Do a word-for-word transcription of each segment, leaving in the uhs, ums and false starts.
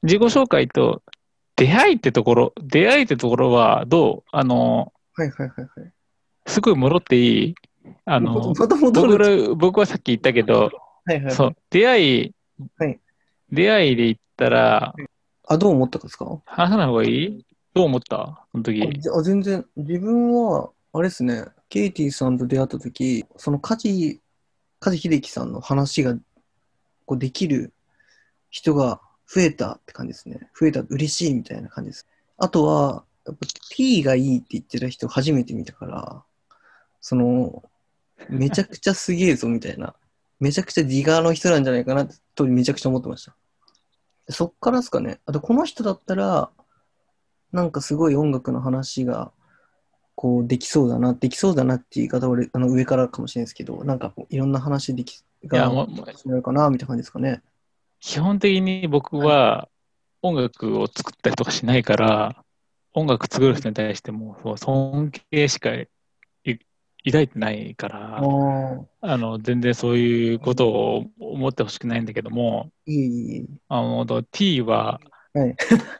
自己紹介と出会いってところ、出会いってところはどうあの、 はいはいはいはい。 すごい戻っていいあもとの、 もと戻る。 僕ら、僕はさっき言ったけど、そう、 はいはいはい。 出会い、 はい。 出会いで言ったら、 あ、どう思ったかですか？ 話さない方がいいどう思ったそのあ、 時。 じあ全然、自分は、あれですね、ケイティさんと出会った時、その梶、梶秀樹さんの話がこうできる人が増えたって感じですね。増えた、嬉しいみたいな感じです。あとは、やっぱ T がいいって言ってた人初めて見たから、その、めちゃくちゃすげえぞみたいな、めちゃくちゃディガーの人なんじゃないかなとめちゃくちゃ思ってました。そっからですかね。あと、この人だったら、なんかすごい音楽の話が、こう、できそうだな、できそうだなっていう言い方は俺、あの上からかもしれないですけど、なんかこういろんな話でき、 いや、 が、 もう、もうしないかな、みたいな感じですかね。 基本的に僕はい。 は音楽を作ったりとかしないから、音楽作る人に対してもそう尊敬しかい抱いてないかあら、 あ、 あの、全然そういうことを思ってほしくないんだけども、 いえいえいあの、T はえ。はい。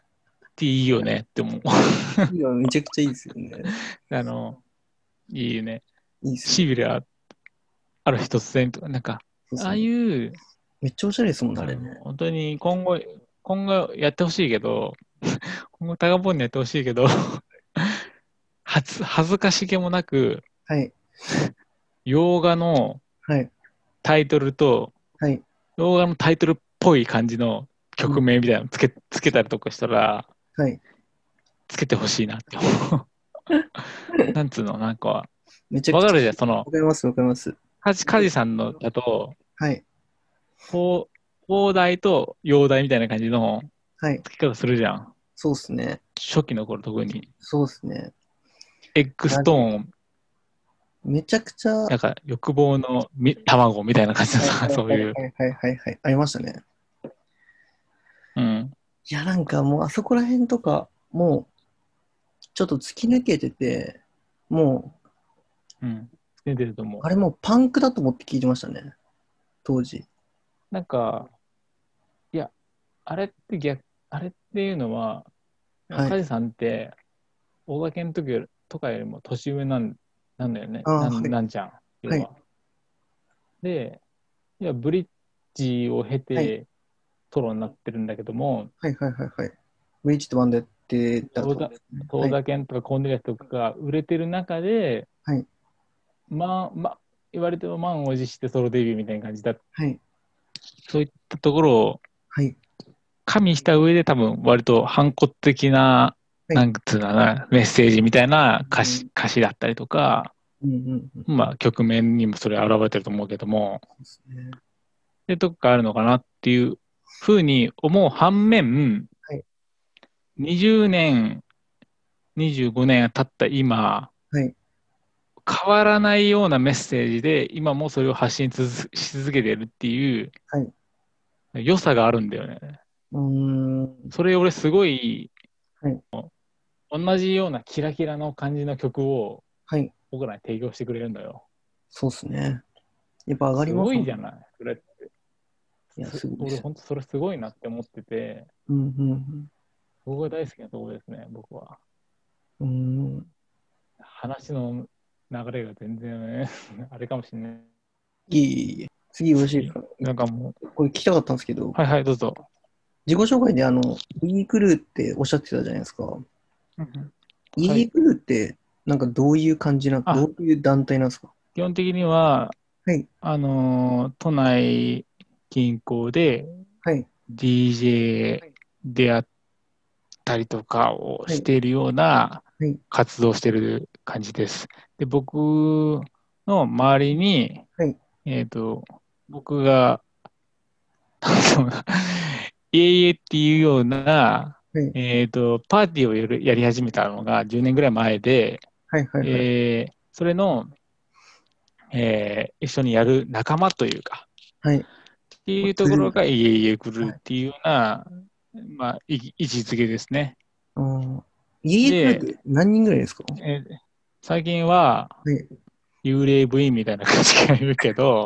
T いいよねって思う。 いや、めちゃくちゃいいですよね。 あの、いいよね。 いいですね。 シビラある日突然とか、なんか、ああそうですね。 いう、 めっちゃおしゃれですもんね、ああの、 れね。 本当に今後、今後やってほしいけど、今後タガポンにやってほしいけど、はず恥ずかしげもなく、 はい。 洋画のはい。 タイトルと、 はい。 洋画のタイトルっぽい感じのうん。 曲名みたいなのつけ、つけたりとかしたら、 はい。 つけてほしいなって思う。なんつうの、なんか、 めちゃくちゃ、 わかるじゃん、その、 わかります、わかります。 カジ、カジさんのだと、 はい。 放放題と洋題みたいな感じのはい。 付き方するじゃん。 そうですね。 初期の頃特に。 そうですね。 エッグスあれ、 トーン、 めちゃくちゃ、はなんか欲望のみ卵みたいな感じのさ、 いはいそういう。 はいはいはいはいはい。ありましたね。 うん。 いや、なんかもうあそこら辺とか、もうちょっと突き抜けてて、もう、 うん。出てると思う。 あれもうパンクだと思って聞いてましたね、当時。 なんか、いや、あれって逆、あれっていうのは、 はい。 カジさんって、大垣の時よりとかよりも年上なん、なんだよね。 ああ、 なん、 はい。 なんじゃん、 はい。 要は。で、いや、ブリッジを経はい。 てトロになってるんだけども、 はいはいはいはい。ブリッジとバンドやってたとこ遠田、 ですね。はい。 遠田健とかコンデリアスとかが売れてる中で、 はい。 まあ、まあ、言われても満を持してソロデビューみたいな感じだ。 はい。 そういったところをはい。 加味した上で多分割と反骨的な、 はい。 なんつうのかな、メッセージみたいな歌詞、 うん。 歌詞だったりとか、 うんうんうん。 まあ曲面にもそれ現れてると思うけども、 そうですね。 で、どっかあるのかなっていうふうに思う反面、 はい。 にじゅうねん、にじゅうごねん経った今、 はい。 変わらないようなメッセージで今もそれを発信し続けてるっていうはい。 良さがあるんだよね。 うーん。 それ俺すごいはい。 同じようなキラキラの感じの曲をはい。 僕らに提供してくれるんだよ。 そうですね。やっぱ上がりすますもんね。 ごいじゃない。それいや、 すすごいですよ。 俺本当それすごいなって思ってて、 うんうん僕が大好きなところですね、僕は。 うん。うーん。 話の流れが全然、ね、あれかもしれない。 いえいえいえ。次よろしいですか？ なんかもう、 これ聞きたかったんですけど、 はいはい、どうぞ。 自己紹介であの、イーグルーっておっしゃってたじゃないですか。 うんうん、はい。 イーグルーってなんかどういう感じな、どあ、 ういう団体なんですか？ 基本的には、 はい。 あのー都内近郊ではい。 ディージェー であったりとかをはい。 しているようなはい。 活動をしている感じです。で、僕の周りに、 はい。 えっと、僕が、そうだいえいえっていうような、 はい。 えっと、パーティーをやるやり始めたのがじゅうねんぐらい前で、 はい。はい。はい。 えーそれの、えー一緒にやる仲間というか、 はい。 っていうとクルーが。 ころがいえいえ来るはい。 っていうような、まあ、い位置づけですね。 あー、イーグルーっで、 て何人ぐらいですか？はえー最近はい。 幽霊部員みたいな感じがいるけど、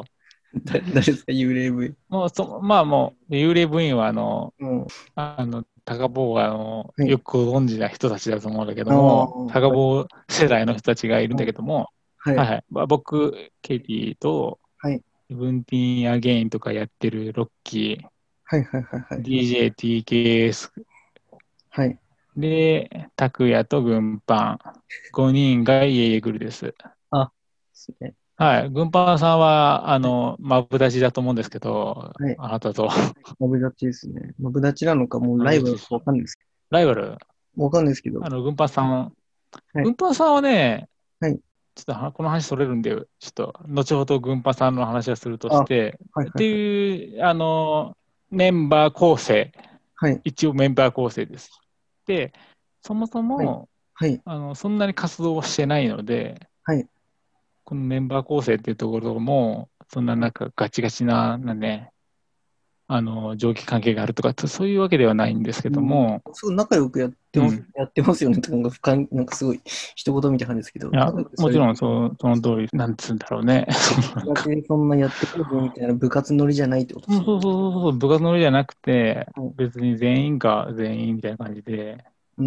誰ですか、幽霊部員。 もうそ、まあもう、幽霊部員は、あの、 うん。 あの、高坊が、あの、 はい。 よくご存知な人たちだと思うんだけどああ、 も、高はい。 坊世代の人たちがいるんだけども、 はい。 はいはい。まあ僕、ケイティと、 はい。 セブンティーンアゲインとかやってるロッキー、 はい。はい。はい。はい。 ディージェー、ティーケーエスはい。 で、拓也と軍パン、ごにんがイエイエグルです。 あ、ですね。 はい。軍パンさんは、あの、マブダチだと思うんですけど、 はい。 あなたと。 マブダチですね。マブダチなのか、もうマブダチです。 ライバルかわかんないですけライバル、 ど。わかんないですけど。 あの、軍パンさん、 はい。 軍パンさんはね、 はい。 ちょっとはこの話それるんで、ちょっと、後ほど軍パンさんの話をするとあ、 しはい。 て、ってはい。はい。 いう、あの、メンバー構成、 はい。 一応メンバー構成です。で、そもそはい。 も、 はい。 あの、そんなに活動をしてないので、 はい。 このメンバー構成っていうところも、そんななんかガチガチな、なね、あの、上下関係があるとか、そういうわけではないんですけうん。 ども、 すごい仲良くやってます、 うん。 やってますよね。なんか深い、なんかすごい一言みたいな感じですけど、 いや、 仲良くさもちろんれてる。 そう、その通り、なんつうんだろうね。そのなんか、 だけそんなやってこうぜみたいな部活乗りじゃないってことですね。 そうそうそうそう、部活乗りじゃなくて、 はい。 別に全員が全員みたいな感じで、 うん。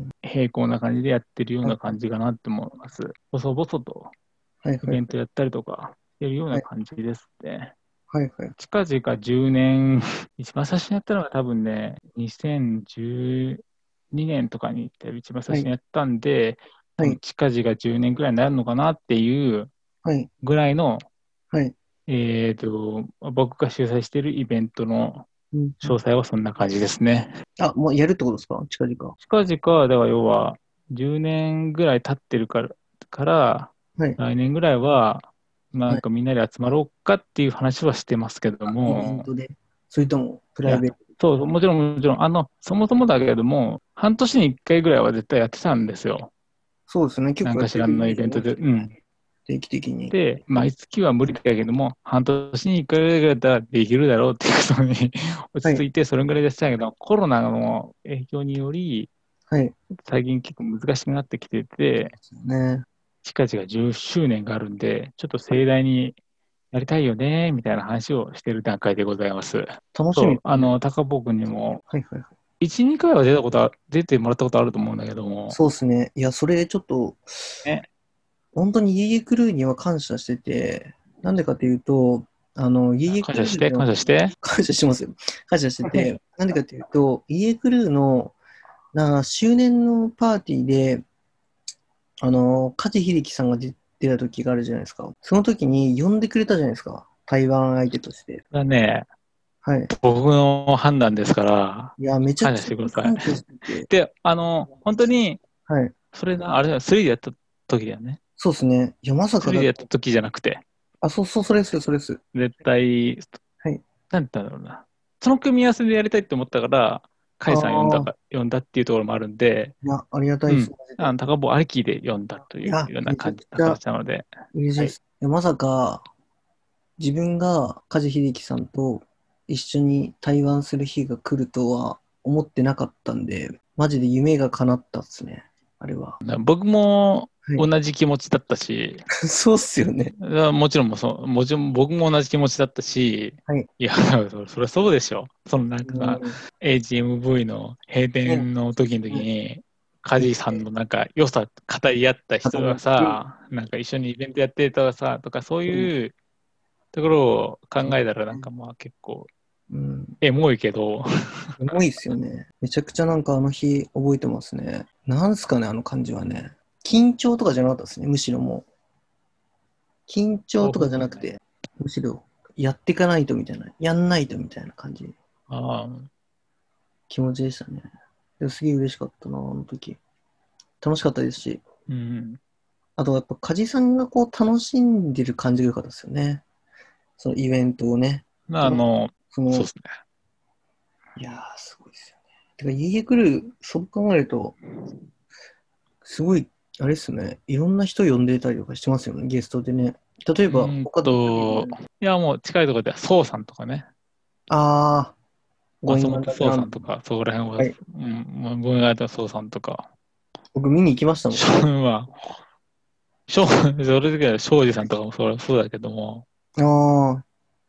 平行な感じでやってるようはい。 な感じかなって思います。細々とはい。 イはい。 ベントやったりとかしてるようはい。 な感じですね。 はい。はい。 近々じゅうねん、一番最初にやったのが多分ね、にせんじゅうにねんとかに一番最はい。 初にやったんで、多分はい。 近々じゅうねんくらいになるのかなっていうはい。 ぐらいの、 はい。 えーと、僕が主催しているイベントのうん。うん。 詳細はそんな感じですね。 あ、もうやるってことですか、近々。 近々、だから要はじゅうねんぐらい経ってるから、からはい。 来年ぐらいは、なはい。 んかみんなで集まろうかっていう話はしてますけどあ、イベンも、 トで。それとも、プいや、 ライベート。 そう、もちろん、もちろん、あの、そもそもだけれども、半年にいっかいぐらいは絶対やってたんですよ。 そうですね。結構やってなんかしらのるイメージあイベントで。 りますよね。 うん。 定期的に。 で、毎月は無理だけども、半年にいっかいぐらいだったらできるだろうっていうことに落はい。 ち着いて、それぐらいでしたけど、コロナの影響により、 はい。 最近結構難しくなってきてて、 ね。 近々じゅっしゅうねんがあるんで、ちょっと盛大にやりたいよね、みたいな話をしている段階でございます。 楽しみそう、 ですね。 あの、高坊君にも、 はい。はい。はい。 いち、にかいは出たことは、出てもらったことあると思うんだけども、 そうですね。いや、それちょっと、 ね、 本当にイエイエクルーには感謝してて、なんでかというと、あの、イエイエク感謝して、 ルーの、 感謝して。 感謝してますよ。感謝してて、なんでかというと、イエイエクルーの、な、周年のパーティーで、あの、梶秀樹さんが出てた時があるじゃないですか。その時に呼んでくれたじゃないですか。台湾相手として。 これはね、 はい。 僕の判断ですから、 いや、めちゃ感謝くちしてください。 ゃ感謝してて。 で、あの、本当に、 はい。 それな、あれだよ、スリーでやった時だよね。 そうですね。いや、まさかスリーだ。 でやった時じゃなくて、 あ、そうそう、それですよ、それです。 絶対、 はい。 なんて言うんだろうな。その組み合わせでやりたいって思ったから、甲あ斐さん呼んだあ、 か、呼んだっていうところもあるんで、 いや、ありがたいです、 うん。 マジで。 あの、高坊ありきで呼んだといういや、めちゃような感じなくちゃ形なので、はい。 嬉しいです。いや、まさか、自分が梶秀樹さんと一緒に対話する日が来るとは思ってなかったんで、マジで夢が叶ったっすね、あれは。 僕もはい。 同じ気持ちだったし、 そうっすよね。 もちろんもそう、もちろん僕も同じ気持ちだったし、 はい。 いや、そそりゃそうでしょ。そのなんかさ、 うん。 エイチエムブイ の閉ね。 店の時の時はい。 に、梶さんのなんか良さ語り合った人が語り合って。 さ、なんか一緒にイベントやってたらさ、とかそううん。 いうところを考そうえたらなんね。 かまあ結構うん。 エモいけど、 エモいっすよね。めちゃくちゃなんかあの日覚えてますね。なんすかね、あの感じはね。緊張とかじゃなかったですね、むしろもう。緊張とかじゃなくて、むしろやっていかないとみたいな、やんないとみたいな感じ、 ああ、 気持ちでしたね。でもすげえ嬉しかったな、あの時。楽しかったですし、 うん。 あとやっぱ梶さんがこう楽しんでる感じが良かったですよね。そのイベントをね。てか、 あの、 その、 そうですね。 いやー、すごいですよね。てか、家来る、そう考えると、すごい、あれですね。いろんな人呼んでたりとかしてますよね、ゲストでね。例えうば、 ーん他どこにいると、 の？ いやもう近いところでは、宋さんとかね、 あー、ゴーイングアン松本ダーグラウンド。 宋さんとか、そこら辺は、 はい。 うん、まあごめんなさい、宋さんとか、 僕見に行きましたもん。 しょまあ、しょそれだけは庄司さんとかもそうそうだけども、 あー、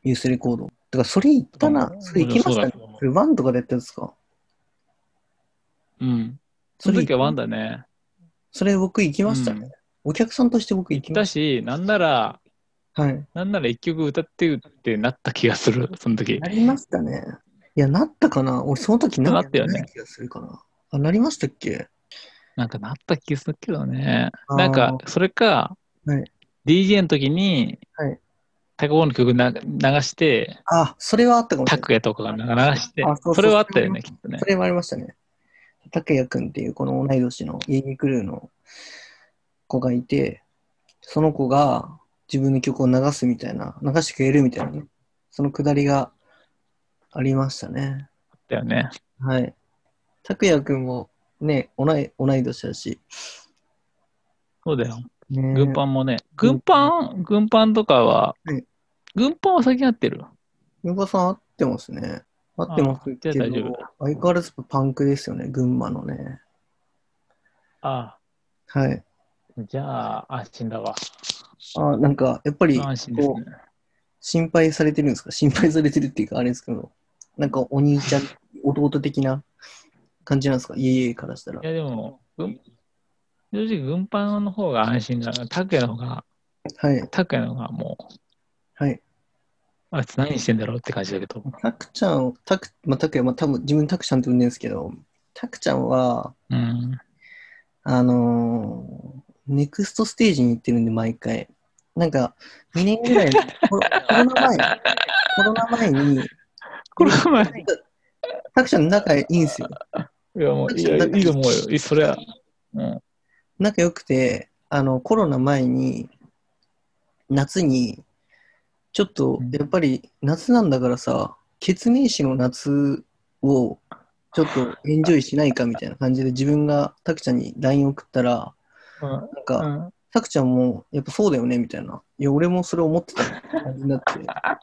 ユースレコード。だからそれ行ったな。それ行きましたね。それワンとかでやったやつか。 うん。その時はワンだね。 それ僕行きましたね。うん、お客さんとして僕行きました。行ったし、なんなら、 はい。 なんなら一曲歌ってるってなった気がする、その時。 なりましたね。いや、なったかな俺、その時なったよね。 気がするかな。あ、なりましたっけ？ なんかなった気がするけどね。なんか、それか、 はい、 ディージェー の時に、はい、タコの曲な流して、 あ、それはあったかもしれない。 タクヤとかが流して、あ、そうそう、それはあったよね、きっとね。 それもありましたね。タクヤくんっていうこの同い年のイエギクルーの子がいて、その子が自分の曲を流すみたいな、流してくれるみたいなね、そのくだりがありましたね。 あったよね。 はい。拓也くんもね、同い、同い年だし。 そうだよ。ね、軍パンもね。軍パン、軍パンとかは、はい、軍パンは先合ってる。 軍パンさん合ってますね。合ってますけど、相変わらずパンクですよね、群馬のね。 ああ。はい。 じゃあ、安心だわ。 あ、なんか、やっぱり、 安心ですね。 心配されてるんですか？心配されてるっていうか、あれですけど、なんかお兄ちゃん、弟的な感じなんですか？家々からしたら。 いや、でも、正直、軍パンの方が安心だな。拓也の方が、はい。拓也の方がもう、はい。あいつ何してんだろうって感じだけど。 タクちゃん、タク、まあ、タクヤ、まあ、多分自分タクちゃんって呼んでるんですけど、タクちゃんは、うん、あのー、ネクストステージに行ってるんで、毎回。なんか、にねんぐらい、コロコロナ前、コロナ前に、コロナ前に、タクちゃん仲いいんですよ。 いや、もう、いや、いいと思うよ。それは。うん。 仲良くて、あの、コロナ前に、夏に、ちょっと、やっぱり、夏なんだからさ、ケツメイシの夏を、ちょっとエンジョイしないかみたいな感じで、自分がタクちゃんに ライン 送ったら、うん、なんか、うん、タクちゃんも、やっぱそうだよねみたいな。いや、俺もそれ思ってた感じになって。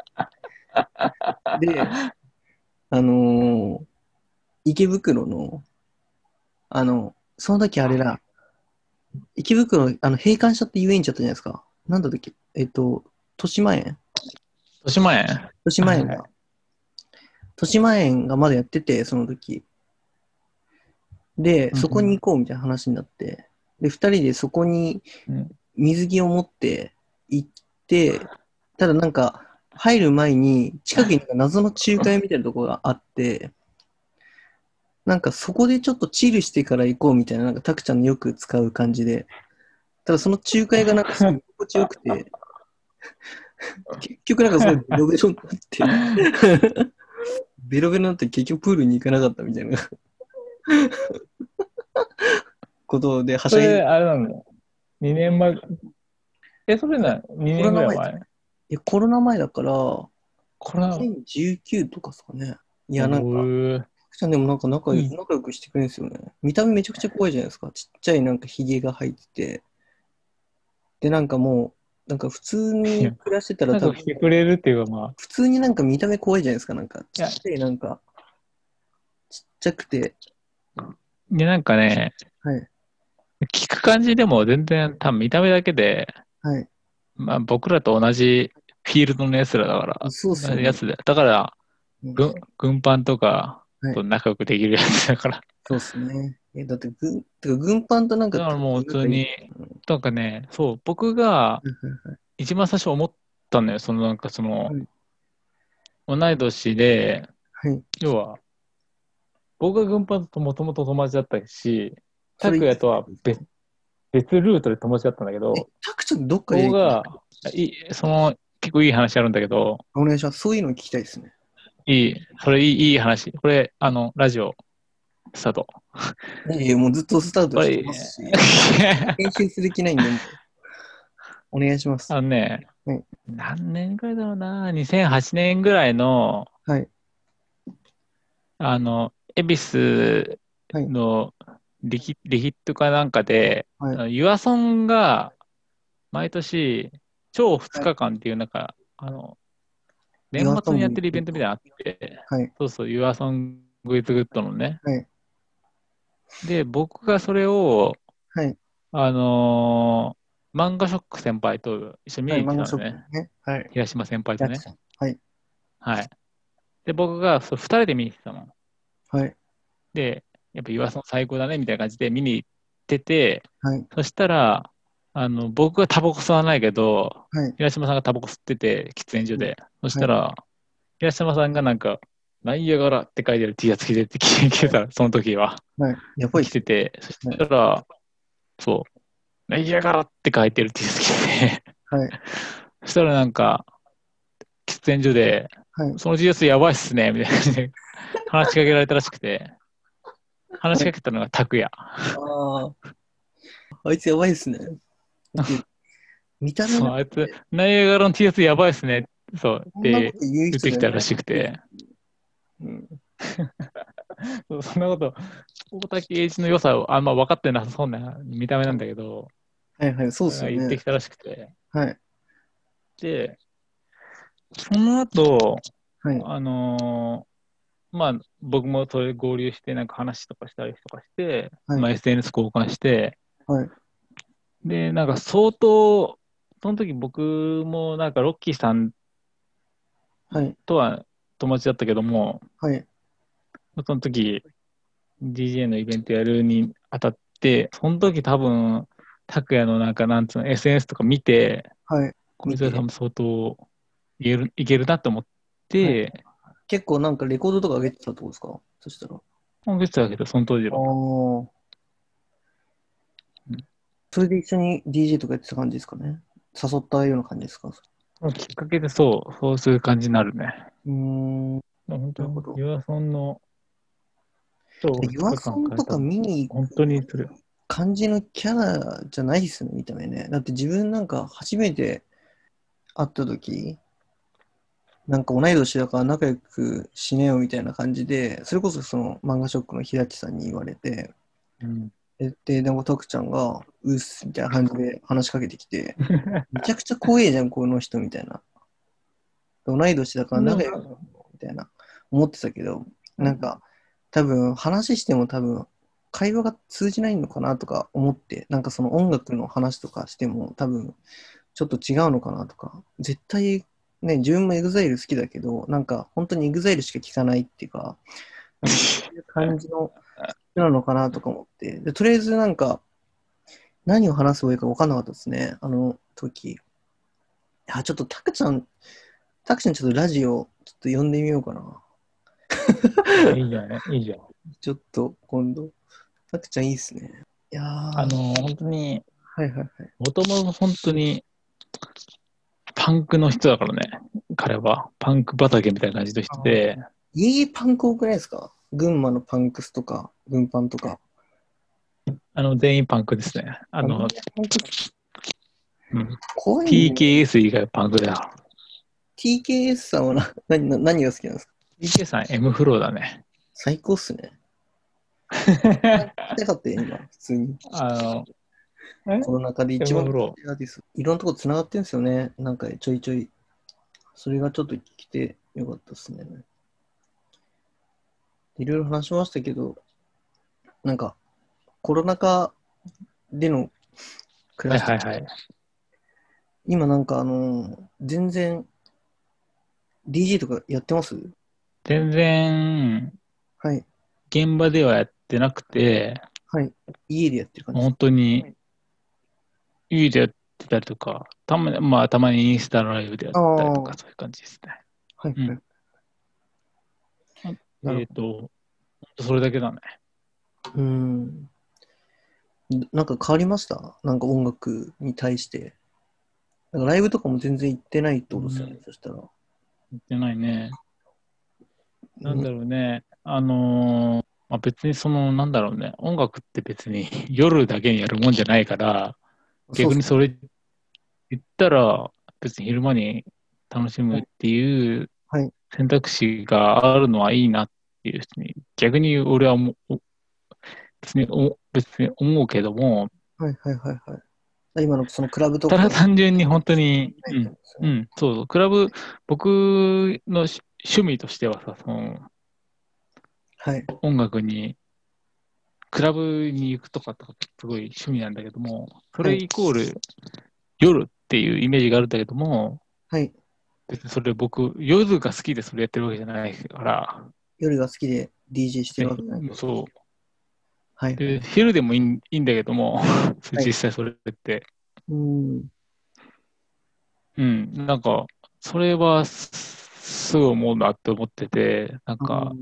で、あのー、池袋の、あの、その時あれだ、池袋、あの、閉館しちゃって遊園地だったじゃないですか。なんだっけ、えっと、豊島園豊島園豊島園が。豊島園がまだやってて、その時。で、そこに行こうみたいな話になって、で、二人でそこに水着を持って行って、ただなんか、入る前に、近くに謎の仲介みたいなところがあって、なんかそこでちょっとチルしてから行こうみたいな、なんかタクちゃんのよく使う感じで、ただその仲介がなんかすごい心地よくて、結局なんかすごいベロベロになって、ベロベロになって結局プールに行かなかったみたいなことで、はしゃいで。 あれなんだ。にねんまえ。え、それな、にねんぐらい前いや、コロナ前だから、コロナにせんじゅうきゅうとかですかね。いや、なんか、タクちゃんでもなんか仲良く、仲良くしてくれるんですよね。見た目めちゃくちゃ怖いじゃないですか。ちっちゃいなんかヒゲが入ってて。で、なんかもう、なんか普通に暮らしてたら多分、してくれるっていうかまあ。普通になんか見た目怖いじゃないですか。なんか、ちっちゃいなんか、ちっちゃくて。 で、なんかね、はい。聞く感じでも全然多分見た目だけで、はい。まあ僕らと同じフィールドのやつらだから、そうっすね。やつで。だから、軍、軍パンとかと仲良くできるやつだから。はい、 そうっすね。え、だって軍、てか軍パンとなんか。 だからもう普通に、なんかね、そう、僕が一番最初思ったんだよ。そのなんかその、はい、同い年で、はい、要は、僕が軍パンともともと友達だったし、拓也とは別別ルートで友達だったんだけど、 タクちゃんどっかで僕がいその結構いい話あるんだけど、 お願いします。そういうの聞きたいですね。 いい、それいいいい話。これ、あの、ラジオ、スタート。 いや、もうずっとスタートしてますし、編集する気ないんで、お願いします。 あのね、はい、何年ぐらいだろうな、にせんはちねんぐらいの、はい、あの、恵比寿のリキ、リヒットかなんかで、はい、ユアソンが毎年、超ふつかかんっていう、なんか、あの、年末にやってるイベントみたいなのあって、はい、そうそう、ユアソングイズグッドのね。はい、で、僕がそれを、はい、あのー、漫画ショック先輩と一緒に見に行ってたのね。ね、はい、平島先輩とね。はい、 はい。で、僕がそうふたりで見に行ってたの。 はい。 で、やっぱ岩さん最高だねみたいな感じで見に行ってて、 はい。 そしたら、あの、僕はタバコ吸わないけど、 はい。 平島さんがタバコ吸ってて、喫煙所で。そしはい。 たら、平島さんがなんか、ナイアガラって書いてある T シャツ着てて、着てた、その時は。 はい。やばいっす。 着てて、そしはい。 たら、そう、ナイアガラって書いてる T シャツ着てて、 はい。 そしたらなんか、喫煙所で、 はい。 その T シャツやばいっすね、みたいな感じで話しかけられたらしくて、話しはい。 かけたのが拓也。 ああ、あいつやばいっすね。だって、見た目そう、 なんあいつ、 て、 ナイアガラの T シャツやばいっすね。そう、 こんなこで、 と言う言っ人じゃないてきたらしくです。 て、 うん。 そうそんなこと、大竹栄一の良さをあんま分かってなさそうな見た目なんだけど、 はいはい、そうっすよね。 言ってきたらしくて。 はい。 で、その後、 はい。 あのーまあ、僕もそれ合流して、なんか話とかしたりとかして、まあ、 はい。 エスエヌエス 交換して、 はい。 で、なんか相当、その時僕もなんかロッキーさんはい。 とは友達だったけども、 はい。 その時 ディージェー のイベントやるにあたって、その時多分、拓也のなんかなんつうの エスエヌエス とか見て、 はい。 こいつは多見て。 分相当いける、いけるなと思っはい。 て、 結構なんかレコードとか上げてたってことですか？そしたら。 本気だけど、その当時あは。 あ。それで一緒に ディージェー とかやってた感じですかね。誘ったような感じですか？ うん、きっかけでそう、そうする感じになるね。 うーん。な本当に、 るほど。 ユアソンの今日2 ユア日間ソンとか変えたの、 見に行本当くにする。 感じのキャラじゃないですね、見た目ね。だって自分なんか初めて会った時、なんか同い年だから仲良くしねよみたいな感じで、それこそその漫画ショックの平地さんに言われて、 うん、 えで、でも徳ちゃんが、うっすみたいな感じで話しかけてきて、めちゃくちゃ怖えじゃん、この人みたいな。同い年だからでも仲良くみたいな思ってたけど、なんか多分話しても多分会話が通じないのかなとか思って、なんかその音楽の話とかしても多分ちょっと違うのかなとか、絶対ね、自分も エグザイル 好きだけど、なんか本当に エグザイル しか聞かないっていうか、なんかそういう感じの人なのかなとか思って、でとりあえずなんか何を話せばいいか分かんなかったですね、あの時。いや、ちょっとタクちゃん、タクちゃんちょっとラジオちょっと呼んでみようかな。 あ、いいじゃない、いいじゃん。 ちょっと今度。タクちゃんいいっすね。いやー、はあの、本当に、 いはいはい。 もともと本当にパンクの人だからね、彼は。パンク畑みたいな感じの人あー、 で、 いいパンク多くないですか？群馬のパンクスとか、軍パンとか。 あの、全員パンクですね。ああ、みんなの、 パンクスうん、 怖いんだよね。 ティーケーエス 以外はパンクだよ。 ティーケーエス さんはな何な何が好きなんですか？ ティーケー さん、M フローだね。 最高っすね。聞きたかったよ、今、普通に。 あの、えコロナ禍で一 ?M 番フロアーティスト。いろんなとこ繋がってんすよね。なんかちょいちょい。それがちょっと聞きてよかったっすね。いろいろ話しましたけど、なんかコロナ禍での暮ー。はらしとか、 いはいはい。 今なんかあのー全然 ディージェー とかやってます？ 全然、 はい。 現場ではやってなくて、 はい。家でやってる感じです本か？ 当に、家でやってたりとか、たまに、まあ、たまにインスタのライブでやっああー、 たりとか、そういう感じですね。 はいはい。 うん。えっ、 なるほど。 と、それだけだね。 うーん。なんか変わりました？なんか音楽に対して。なんかライブとかも全然行ってないってうん。 ことですよね、 言そしたら。 ってないね。なんにだろうね。あのーまあ、別にその、なんだろうね。音楽って別に夜だけにやるもんじゃないから、 そうっす。 逆にそれ言ったら、別に昼間に楽しむっていうはい。 選択肢があるのはいいなっていう人に、逆に俺はもう別にお別に思うけども、 はいはいはいはい。今のそのクラブとかがただ単純に本当に、 ないってこうん、 とですよね。 うん、そうそう、クラブ、僕のし趣味としてはさ、そのはい。 音楽に、クラブに行くとかとかすごい趣味なんだけども、そはい。 れイコール夜っていうイメージがあるんだけども、 はい。 別にそれ僕、夜が好きでそれやってるわけじゃないから。 夜が好きで ディージェー してるわけじゃない。 そう。 はい。 で、昼でもいいいいんだけども、 は実い、 際それって。 うん。 うん、なんか、それはすすぐ思うなって思ってて、なんか、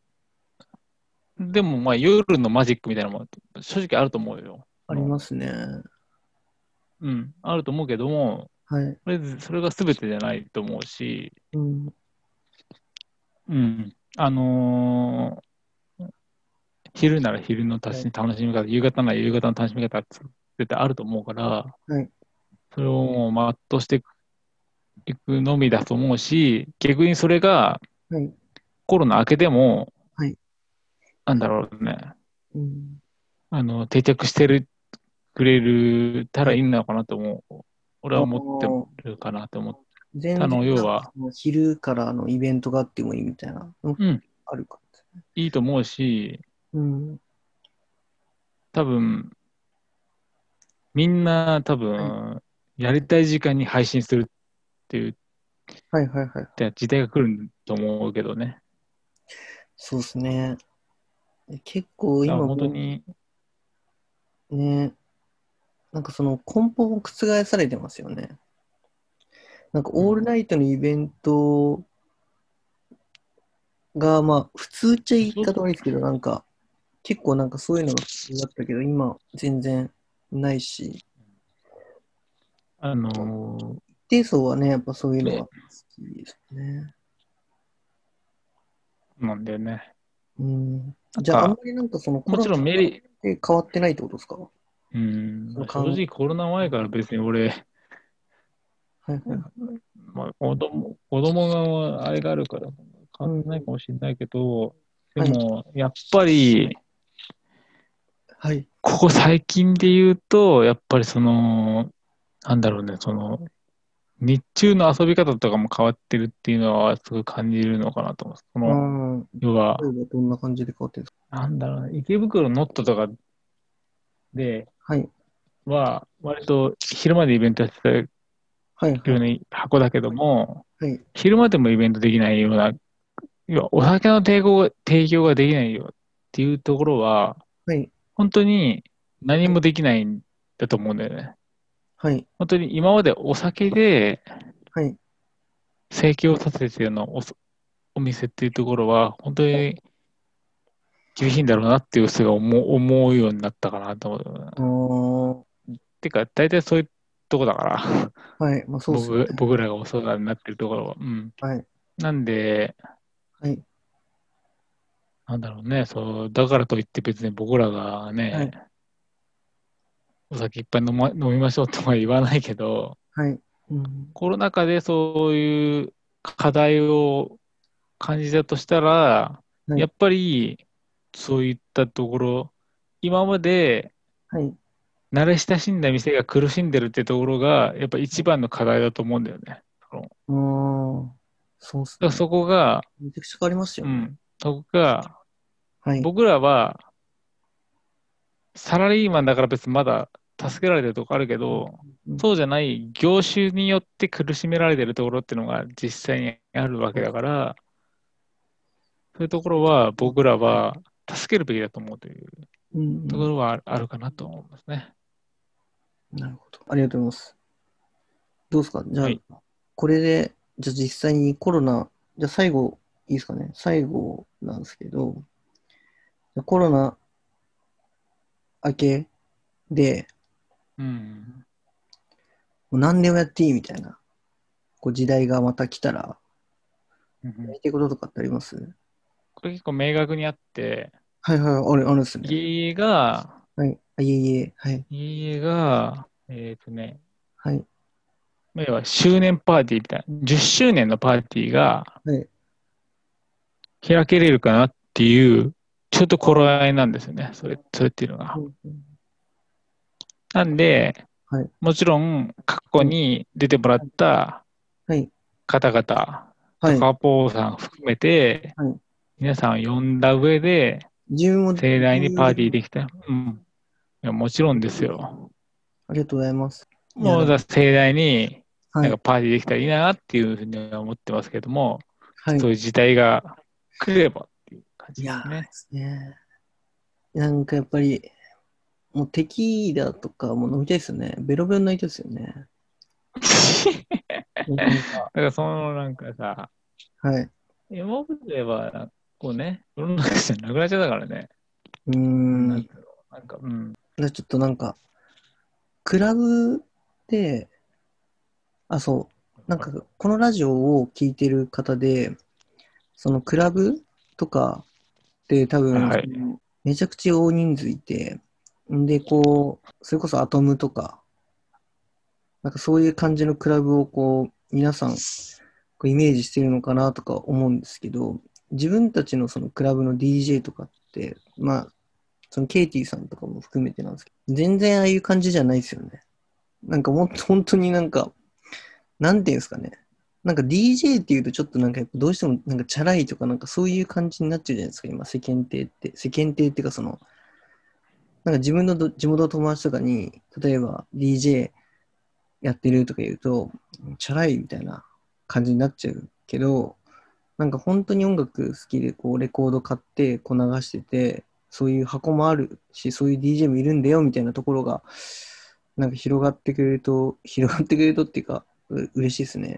でもまあ夜のマジックみたいなのも正直あると思うよ。 ありますね。 うん、あると思うけども、 はい。 それそれが全てじゃないと思うし、 うん。 うん、あのー昼なら昼の楽し楽しみ方、夕方なら夕方の楽しみ方って絶対あると思うから、 はい。 それをもう全うしていくのみだと思うし、逆にそれがはい。 コロナ明けても、 はい。 なんだろうね、 うん。 あの定着してるくれるたらはい。 いいのかなと思う。俺はあ思ってのるかなと思ったの、 全然、なんか要は、 その昼からのイベントがあってもいいみたいなのうん、 あるかいいと思うし、 ら。うん。 多分、みんな多はい。 分、やりたい時間に配信するっていうはいはいはい。 時代が来ると思うけどね。 そうですね。結構だから今も本当に、 うね、なんかその根本を覆されてますよね。なんかオールうん、 ナイトのイベントが、まあ普通っちゃ言いそう、 方悪いですけど、なんか結構なんかそういうのが普通だったけど、今全然ないし、 あの一定層はね、やっぱそういうのが好きですね。 ーなんだよね。 うん。じゃああんまなんか、 りなんかそのコもちロナろんメリ、 で変わってないってことですか？ うん、まあ、正その感、 直コロナ前から別に俺、 はいはいはい。 まあ、子供、子供があれがあるから変わうん。 ってないかもしれないけど、ではい。 も、やっぱり、 はい。 ここ最近で言うと、やっぱりその、なんだろうね、その、日中の遊び方とかも変わってるっていうのはすごい感じるのかなと思う。そうの、 ん。 要は、 例えばどんな感じで変わってるんですか？ なんだろうね、池袋ノットとかではい。 は、割と昼までイベントやってたよはいはい。 うな箱だけども、 はい。 昼間でもイベントできないような、要はお酒の提供が、提供ができないよっていうところは、 はい。 本当に何はい。 もできないんだと思うんだよね。 はい。 本当に今までお酒ではい。 生計を立ててるようなお、お店っていうところは、本当に厳しいんだろうなっていう人が思う、思うようになったかなと思あう。 ー、 てか、大体そういうとこだから、 はい。まあそうっすよ僕、 ね。 僕らがお世話になってるところは。うん。 はい。 なんで、 はい。 なんだろうね、そう、だからといって別に僕らがね、 はい。 お酒いっぱい飲ま、飲みましょうとは言わないけど、 はい。うん。 コロナ禍でそういう課題を感じたとしたら、 はい。 やっぱりそういったところ、今まではい。 慣れ親しんだ店が苦しんでるってところが、やっぱ一番の課題だと思うんだよね。そのだかあー、そうっすね。 らそこが、 めちゃくちゃ変わりますよね。 うん、そこが、 はい。 僕らはサラリーマンだから別にまだ助けられてるとこあるけど、 うん。 そうじゃない業種によって苦しめられてるところっていうのが実際にあるわけだから、そういうところは僕らは助けるべきだと思うといううん。うん。 ところはあるかなと思いますね。 なるほど。ありがとうございます。どうですか？じゃあ、 はい。 これで、じゃあ実際にコロナ、じゃあ最後、いいですかね？最後なんですけど、じゃあコロナ明けで、 うん。 もう何でもやっていいみたいな、こう時代がまた来たら、 うんやりたいこととかってあります？ これ結構明確にあって、 はいはい、ある、あるですね。 家が、 はい。あ、いえいえ、はい。 家が、えっとね、 はい。 要は周年パーティーみたいな、じゅっしゅうねんのパーティーがはい。 開けれるかなっていう、ちょっとあー、 頃合いなんですよね、それ、それっていうのが。 うんうん、 なんで、 はい。 もちろん過去はい。 に出てもらったはい。 方々、 はい。 高坊さん含めて、 はい。 皆さんを呼んだ上で、 自分も、 盛大にパー自分もできる。 ティーできた。うん。いや、もちろんですよ。 ありがとうございます。いや、 もう、だ盛大に、 なんかパーティーできたらいいなっていうふうには思ってますけども、 はい。 そういう時代が来ればっていう感じいやですね。 ーですね。なんかやっぱり、もうテキーラとかも飲みたいですよね。ベロベロになりたいですよね。なんか、 だからそのなんかさ、 はい。 今までは、こうね、世の中じゃなくなっちゃったからね。 うーん。 なんだろう、なんか、うん。 ちょっとなんか、クラブで、あ、そう、なんか、このラジオを聞いてる方で、そのクラブとかって多分、 はい。 めちゃくちゃ大人数いて、んで、こう、それこそアトムとか、なんかそういう感じのクラブをこう、皆さん、こうイメージしてるのかなとか思うんですけど、自分たちのそのクラブの ディージェー とかって、まあ、そのケイティさんとかも含めてなんですけど、全然ああいう感じじゃないですよね。なんかもっと本当になんか、なんていうんですかね。なんか ディージェー っていうとちょっとなんかやっぱどうしてもなんかチャラいとかなんかそういう感じになっちゃうじゃないですか、今世間体って。世間体っていうかその、なんか自分のど地元の友達とかに、例えば ディージェー やってるとか言うと、チャラいみたいな感じになっちゃうけど、なんか本当に音楽好きでこうレコード買ってこう流してて、そういう箱もあるし、そういう ディージェー もいるんだよみたいなところが、なんか広がってくれると、広がってくれるとっていうか、う嬉しいですね。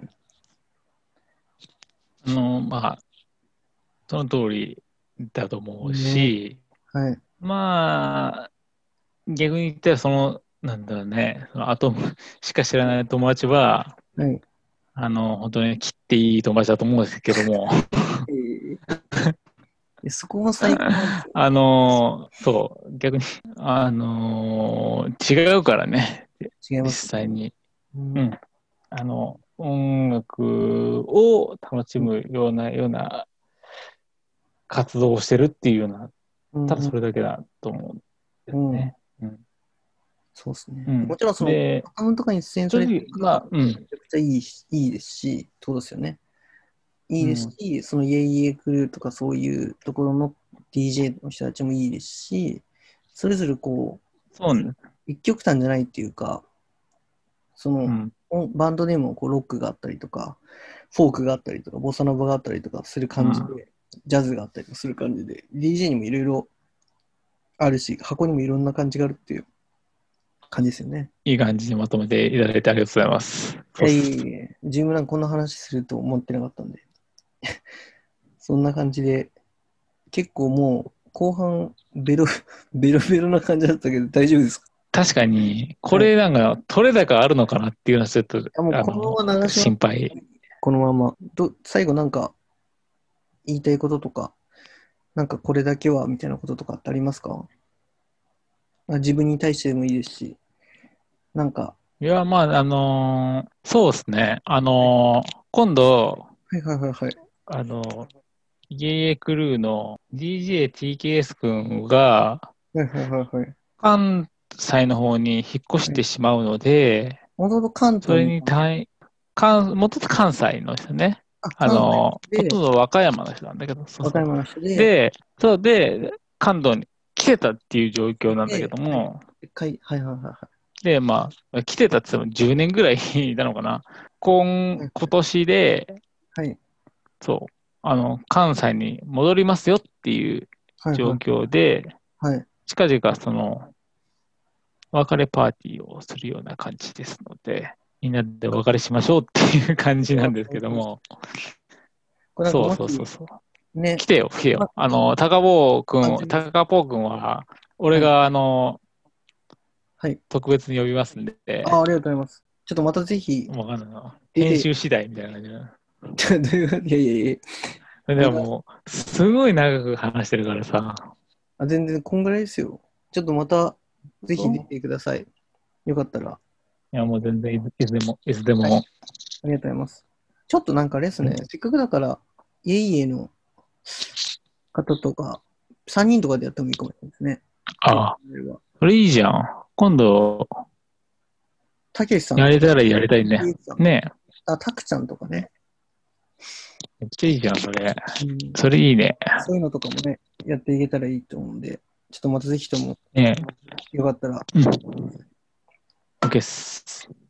あの、まあ、その通りだと思うね。 し、 はい。 まあ、逆に言ったら、その、なんだろうね、そのアトムしか知らない友達は、 はい。 あの、本当に切っていい友達だと思うんですけども、 えー、そこも最高なんですよ。 あの、そう、逆に、あの、違うからね、実違いますね。 際に。 うん。 うん。あの、音楽を楽しむような、ような活動をしてるっていうような、 うん。 ただそうん。 れだけだと思うんでうん。 すね。うん。 そうですね。もうん。 ちろんそので、 アカウントとかに出演されてる正直、まあ、 方ってめちうん。 ゃくちゃいいし、いいですし、そうですよね。いいですうん。 し、そのイエイエイクルーとかそういうところの ディージェー の人たちもいいですし、それぞれこう、 そうね。 一極端じゃないっていうか、そのうん。 バンドでもこうロックがあったりとか、フォークがあったりとか、ボサノバがあったりとかするうん。 感じで、ジャズがあったりする感じで、ディージェー にもいろいろあるし、箱にもいろんな感じがあるっていう感じですよね。 いい感じにまとめていただいてありがとうございます。そうっいやいす。 やいや、自分なんかこんな話すると思ってなかったんで、そんな感じで、結構もう後半ベロ、ベロベロな感じだったけど大丈夫ですか？ 確かに、こはい。いれなんか、取れ高あるのかなっていうのはちょっと、 やもうあこのまの、 ま流します。 心配。 このまま。ど、最後なんか言いたいこととか、なんかこれだけはみたいなこととかってありますか？あ、自分に対してでもいいですし、なんか、 いや、まあ、あのーそうですね。あのー今度、 はいはいはいはい。 あの、イエイエイクルーの ディージェーティーケーエス 君がはいはいはいはい。 関西の方に引っ越しはい。 てしまうので、 もともと関それ東に、 に対、関、元々関西の人ね。 あ、 あ関の、 西で、 ほとんど和歌山の人なんだけど、そうそう。 和歌山の人で、 で、そうで、関東に来てたっていう状況なんだけで、はい。 ども、 でかい、はいはいはいはで、まあ、来てたって言ってもじゅうねんぐらいいたのかな。今、 い。 今年で、 はい。 そう、あの、関西に戻りますよっていう状はいはい況で、 はい。 近々その、お別れパーティーをするような感じですので、みんなでお別れしましょうっていう感じなんですけども、 これなんかそうもし、 そうそうそう。 ね、 来てよ、来てまよ。あの、高坊あ、 君、 全然、 高坊君は、俺はい。 があの、 はい。 特別に呼びますんで、 あ、ありがとうございます。ちょっとまたぜひわかんないな。 出て、 編集次第みたいな感じな。 どういう、いやいやいや、 それでまた、 はもう、すごい長く話してるからさ。 あ、全然こんぐらいですよ。ちょっとまたぜひ出てください。よかったら。 いや、もう全然いついつでも、いつではい。 も。 ありがとうございます。ちょっとなんかあれですね、せっかくだから、イエイエイの方とか、さんにんとかでやってもいいかもしれないですね。よかああ、 ったらそれいいじゃん。今度、 たけしさんやとか、 れたらやりたいね。 イエイさんとか、 ねあ、たくちゃんとかね。 え。めっちゃいいじゃん、それ。 うん、 それいいね。 そういうのとかもね、やっていけたらいいと思うんで、ちょっとまたぜひとも、 ねよかったら、 え。うん。OK っす。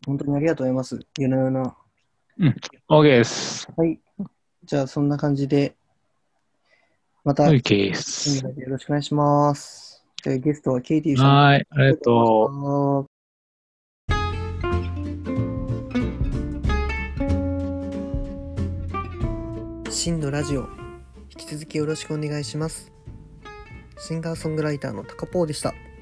本当にありがとうございます。夜な夜な。 うん、OK です。 はい。じゃあ、そんな感じで、また、 OK です。 よろしくお願いします。じゃあ、ゲストはケイティさん。 はい、ありがとう。 真のラジオ、引き続きよろしくお願いします。シンガーソングライターのタカポーでした。